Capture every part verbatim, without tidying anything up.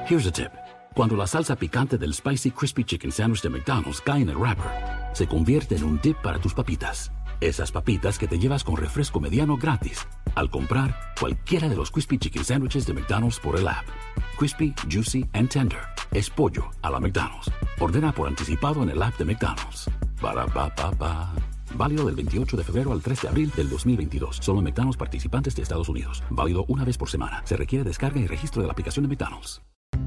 Here's a tip. Cuando la salsa picante del Spicy Crispy Chicken Sandwich de McDonald's cae en el wrapper, se convierte en un dip para tus papitas. Esas papitas que te llevas con refresco mediano gratis al comprar cualquiera de los Crispy Chicken Sandwiches de McDonald's por el app. Crispy, Juicy and Tender. Es pollo a la McDonald's. Ordena por anticipado en el app de McDonald's. Para pa pa pa. Válido del veintiocho de febrero al tres de abril del dos mil veintidós. Solo en McDonald's participantes de Estados Unidos. Válido una vez por semana. Se requiere descarga y registro de la aplicación de McDonald's.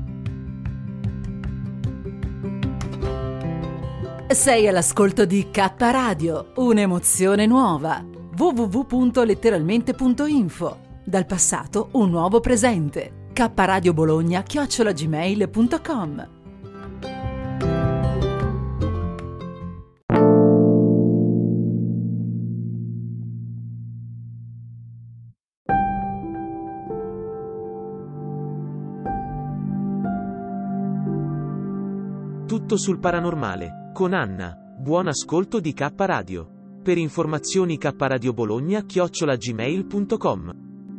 Sei all'ascolto di K Radio, un'emozione nuova. w w w punto letteralmente punto info. Dal passato un nuovo presente. K Radio Bologna chiocciola gmail punto com. Tutto sul paranormale, con Anna. Buon ascolto di K Radio. Per informazioni K Radio Bologna chiocciola gmail punto com.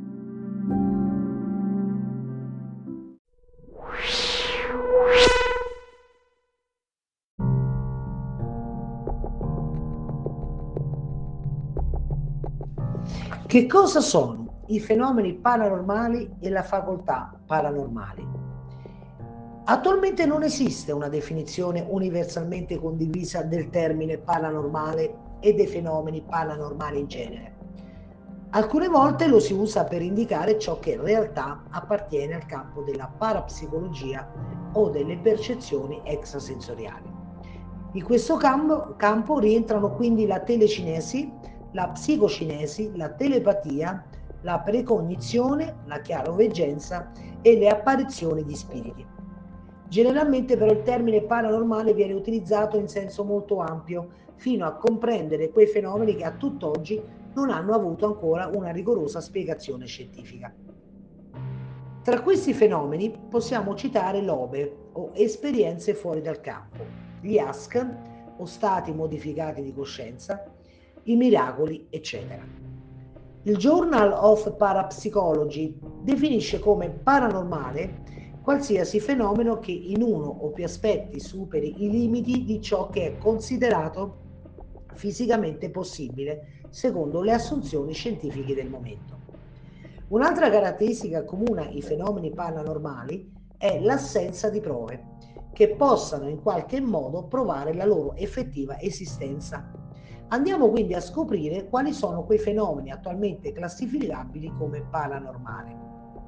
Che cosa sono i fenomeni paranormali e la facoltà paranormali? Attualmente non esiste una definizione universalmente condivisa del termine paranormale e dei fenomeni paranormali in genere. Alcune volte lo si usa per indicare ciò che in realtà appartiene al campo della parapsicologia o delle percezioni extrasensoriali. In questo campo, campo rientrano quindi la telecinesi, la psicocinesi, la telepatia, la precognizione, la chiaroveggenza e le apparizioni di spiriti. Generalmente però il termine paranormale viene utilizzato in senso molto ampio, fino a comprendere quei fenomeni che a tutt'oggi non hanno avuto ancora una rigorosa spiegazione scientifica. Tra questi fenomeni possiamo citare l'Obe o esperienze fuori dal campo, gli A S C o stati modificati di coscienza, i miracoli, eccetera. Il Journal of Parapsychology definisce come paranormale qualsiasi fenomeno che in uno o più aspetti superi i limiti di ciò che è considerato fisicamente possibile, secondo le assunzioni scientifiche del momento. Un'altra caratteristica comune ai fenomeni paranormali è l'assenza di prove che possano in qualche modo provare la loro effettiva esistenza. Andiamo quindi a scoprire quali sono quei fenomeni attualmente classificabili come paranormali.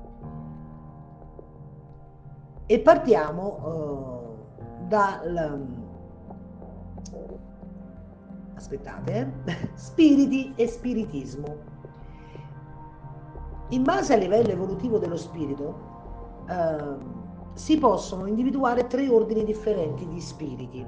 E partiamo uh, dal aspettate eh? spiriti e spiritismo. In base al livello evolutivo dello spirito uh, si possono individuare tre ordini differenti di spiriti.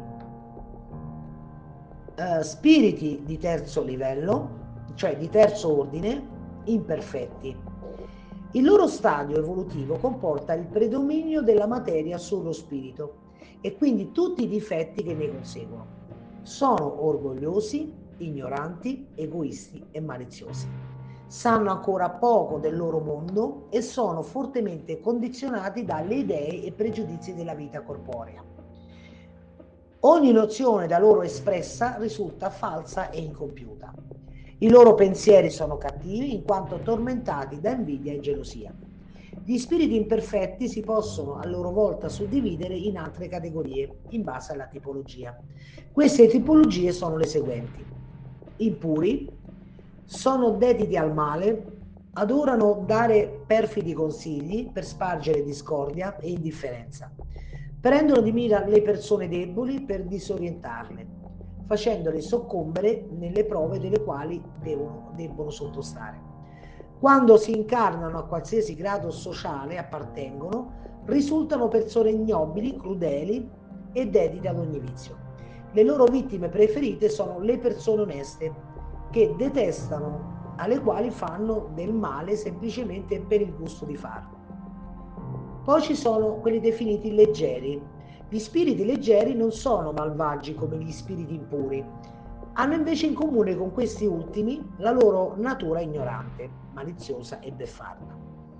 Uh, spiriti di terzo livello, cioè di terzo ordine, imperfetti. Il loro stadio evolutivo comporta il predominio della materia sullo spirito e quindi tutti i difetti che ne conseguono. Sono orgogliosi, ignoranti, egoisti e maliziosi. Sanno ancora poco del loro mondo e sono fortemente condizionati dalle idee e pregiudizi della vita corporea. Ogni nozione da loro espressa risulta falsa e incompiuta. I loro pensieri sono cattivi in quanto tormentati da invidia e gelosia. Gli spiriti imperfetti si possono a loro volta suddividere in altre categorie in base alla tipologia. Queste tipologie sono le seguenti: impuri, sono dediti al male, adorano dare perfidi consigli per spargere discordia e indifferenza, prendono di mira le persone deboli per disorientarle, facendole soccombere nelle prove delle quali devono, debbono sottostare. Quando si incarnano a qualsiasi grado sociale appartengono, risultano persone ignobili, crudeli e dedite ad ogni vizio. Le loro vittime preferite sono le persone oneste, che detestano, alle quali fanno del male semplicemente per il gusto di farlo. Poi ci sono quelli definiti leggeri. Gli spiriti leggeri non sono malvagi come gli spiriti impuri, hanno invece in comune con questi ultimi la loro natura ignorante, maliziosa e beffarda.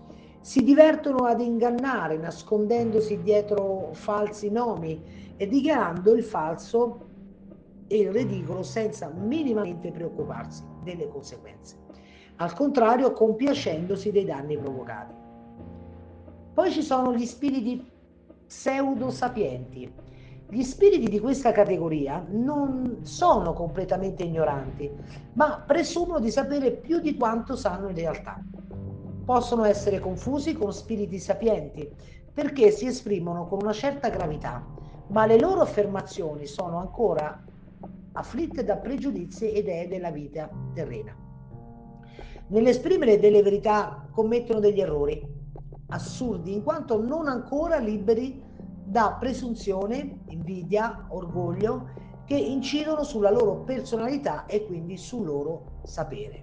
Si divertono ad ingannare, nascondendosi dietro falsi nomi e dichiarando il falso e il ridicolo senza minimamente preoccuparsi delle conseguenze. Al contrario, compiacendosi dei danni provocati. Poi ci sono gli spiriti pseudo-sapienti. Gli spiriti di questa categoria non sono completamente ignoranti, ma presumono di sapere più di quanto sanno in realtà. Possono essere confusi con spiriti sapienti perché si esprimono con una certa gravità, ma le loro affermazioni sono ancora afflitte da pregiudizi e idee della vita terrena. Nell'esprimere delle verità commettono degli errori assurdi in quanto non ancora liberi da presunzione, invidia, orgoglio che incidono sulla loro personalità e quindi sul loro sapere.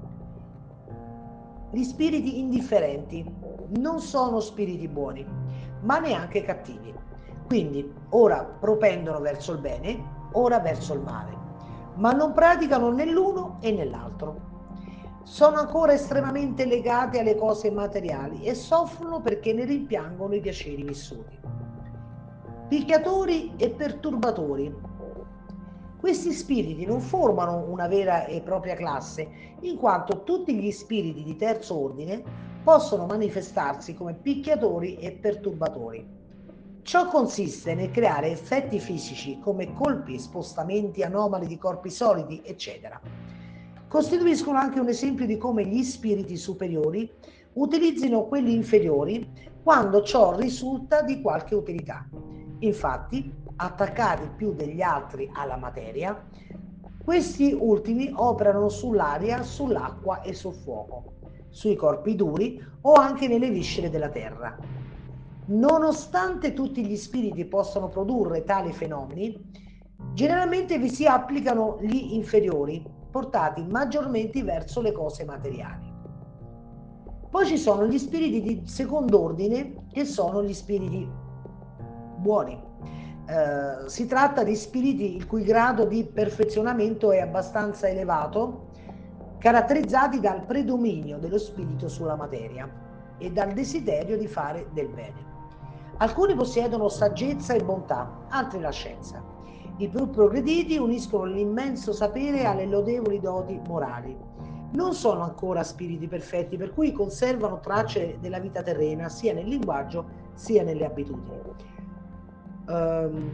Gli spiriti indifferenti non sono spiriti buoni, ma neanche cattivi. Quindi ora propendono verso il bene, ora verso il male, ma non praticano né l'uno e né l'altro. Sono ancora estremamente legati alle cose materiali e soffrono perché ne rimpiangono i piaceri vissuti. Picchiatori e perturbatori. Questi spiriti non formano una vera e propria classe, in quanto tutti gli spiriti di terzo ordine possono manifestarsi come picchiatori e perturbatori. Ciò consiste nel creare effetti fisici come colpi, spostamenti anomali di corpi solidi, eccetera. Costituiscono anche un esempio di come gli spiriti superiori utilizzino quelli inferiori quando ciò risulta di qualche utilità. Infatti, attaccati più degli altri alla materia, questi ultimi operano sull'aria, sull'acqua e sul fuoco, sui corpi duri o anche nelle viscere della terra. Nonostante tutti gli spiriti possano produrre tali fenomeni, generalmente vi si applicano gli inferiori, portati maggiormente verso le cose materiali. Poi ci sono gli spiriti di secondo ordine, che sono gli spiriti buoni. Eh, si tratta di spiriti il cui grado di perfezionamento è abbastanza elevato, caratterizzati dal predominio dello spirito sulla materia e dal desiderio di fare del bene. Alcuni possiedono saggezza e bontà, altri la scienza. I più progrediti uniscono l'immenso sapere alle lodevoli doti morali. Non sono ancora spiriti perfetti, per cui conservano tracce della vita terrena sia nel linguaggio sia nelle abitudini. Um,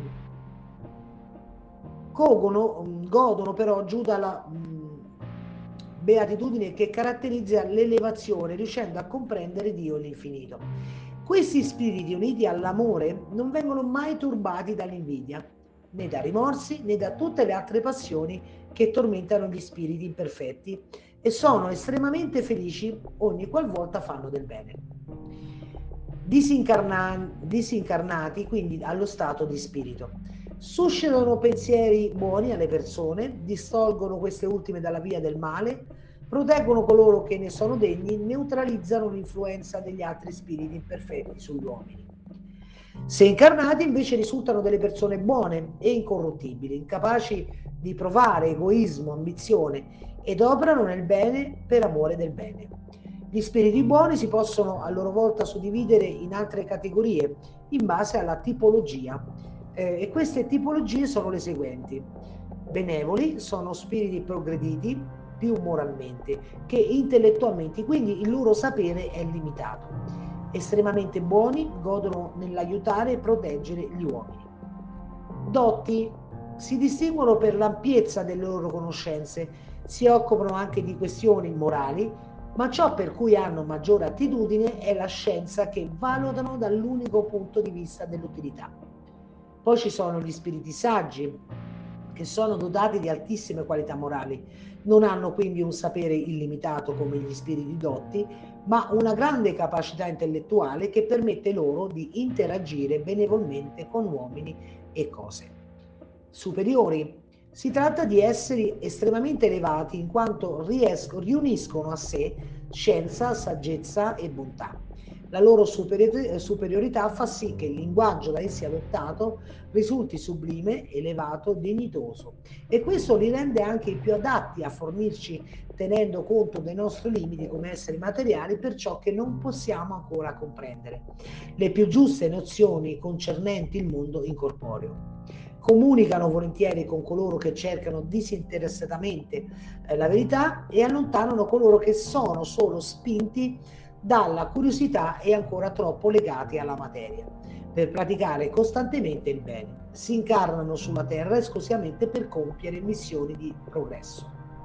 gogono, godono però giù dalla um, beatitudine che caratterizza l'elevazione, riuscendo a comprendere Dio e l'infinito. Questi spiriti uniti all'amore non vengono mai turbati dall'invidia, né da rimorsi, né da tutte le altre passioni che tormentano gli spiriti imperfetti e sono estremamente felici ogni qualvolta fanno del bene. Disincarna- disincarnati quindi allo stato di spirito. Suscitano pensieri buoni alle persone, distolgono queste ultime dalla via del male, proteggono coloro che ne sono degni, neutralizzano l'influenza degli altri spiriti imperfetti sugli uomini. Se incarnati invece risultano delle persone buone e incorruttibili, incapaci di provare egoismo, ambizione ed operano nel bene per amore del bene. Gli spiriti buoni si possono a loro volta suddividere in altre categorie in base alla tipologia eh, e queste tipologie sono le seguenti. Benevoli sono spiriti progrediti più moralmente che intellettualmente, quindi il loro sapere è limitato. Estremamente buoni godono nell'aiutare e proteggere gli uomini. Dotti si distinguono per l'ampiezza delle loro conoscenze, si occupano anche di questioni morali, ma ciò per cui hanno maggiore attitudine è la scienza che valutano dall'unico punto di vista dell'utilità. Poi ci sono gli spiriti saggi, che sono dotati di altissime qualità morali, non hanno quindi un sapere illimitato come gli spiriti dotti, ma una grande capacità intellettuale che permette loro di interagire benevolmente con uomini e cose. Superiori. Si tratta di esseri estremamente elevati in quanto riesco, riuniscono a sé scienza, saggezza e bontà. La loro superiorità fa sì che il linguaggio da essi adottato risulti sublime, elevato, dignitoso, e questo li rende anche i più adatti a fornirci, tenendo conto dei nostri limiti come esseri materiali, per ciò che non possiamo ancora comprendere, le più giuste nozioni concernenti il mondo incorporeo. Comunicano volentieri con coloro che cercano disinteressatamente eh, la verità, e allontanano coloro che sono solo spinti dalla curiosità e ancora troppo legati alla materia per praticare costantemente il bene. Si incarnano sulla terra esclusivamente per compiere missioni di progresso.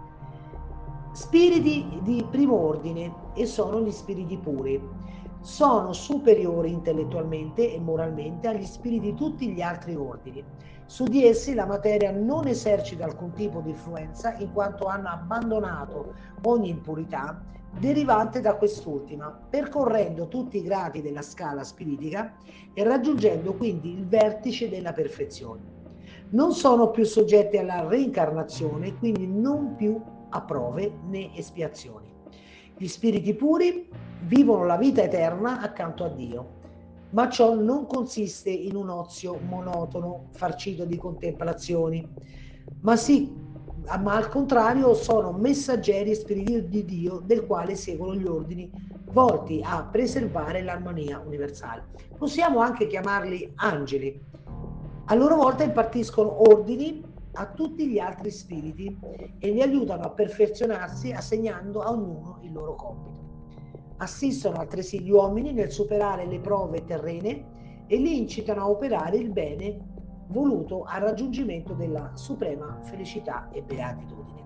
Spiriti di primo ordine, e sono gli spiriti puri. Sono superiori intellettualmente e moralmente agli spiriti di tutti gli altri ordini. Su di essi la materia non esercita alcun tipo di influenza, in quanto hanno abbandonato ogni impurità derivante da quest'ultima, percorrendo tutti i gradi della scala spiritica e raggiungendo quindi il vertice della perfezione. Non sono più soggetti alla reincarnazione, quindi non più a prove né espiazioni. Gli spiriti puri vivono la vita eterna accanto a Dio, ma ciò non consiste in un ozio monotono farcito di contemplazioni, ma sì ma al contrario sono messaggeri spiriti di Dio, del quale seguono gli ordini volti a preservare l'armonia universale. Possiamo anche chiamarli angeli. A loro volta impartiscono ordini a tutti gli altri spiriti e li aiutano a perfezionarsi, assegnando a ognuno il loro compito. Assistono altresì gli uomini nel superare le prove terrene e li incitano a operare il bene voluto al raggiungimento della suprema felicità e beatitudine.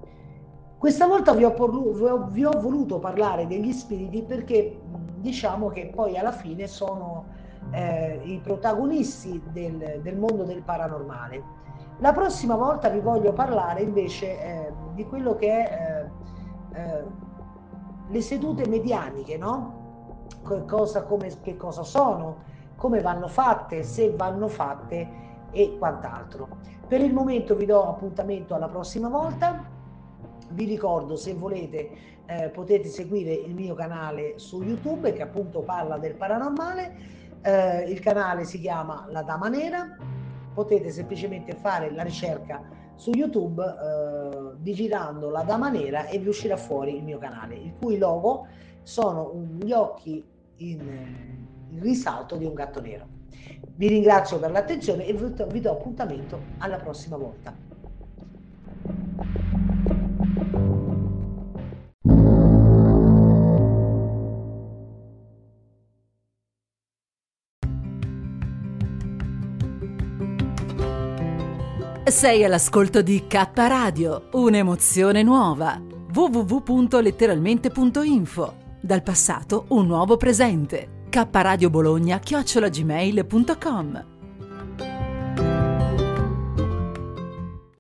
Questa volta vi ho, por- vi ho voluto parlare degli spiriti perché diciamo che poi alla fine sono eh, i protagonisti del, del mondo del paranormale. La prossima volta vi voglio parlare invece eh, di quello che è eh, eh, le sedute medianiche, no? Cosa, come, che cosa sono, come vanno fatte, se vanno fatte e quant'altro. Per il momento vi do appuntamento alla prossima volta. Vi ricordo, se volete eh, potete seguire il mio canale su YouTube, che appunto parla del paranormale. Eh, il canale si chiama La Dama Nera. Potete semplicemente fare la ricerca su YouTube eh, digitando La Dama Nera e vi uscirà fuori il mio canale, il cui logo sono gli occhi in, in risalto di un gatto nero. Vi ringrazio per l'attenzione e vi do appuntamento alla prossima volta. Sei all'ascolto di K Radio, un'emozione nuova. w w w punto letteralmente punto info. Dal passato un nuovo presente. K Radio Bologna chiocciola gmail punto com.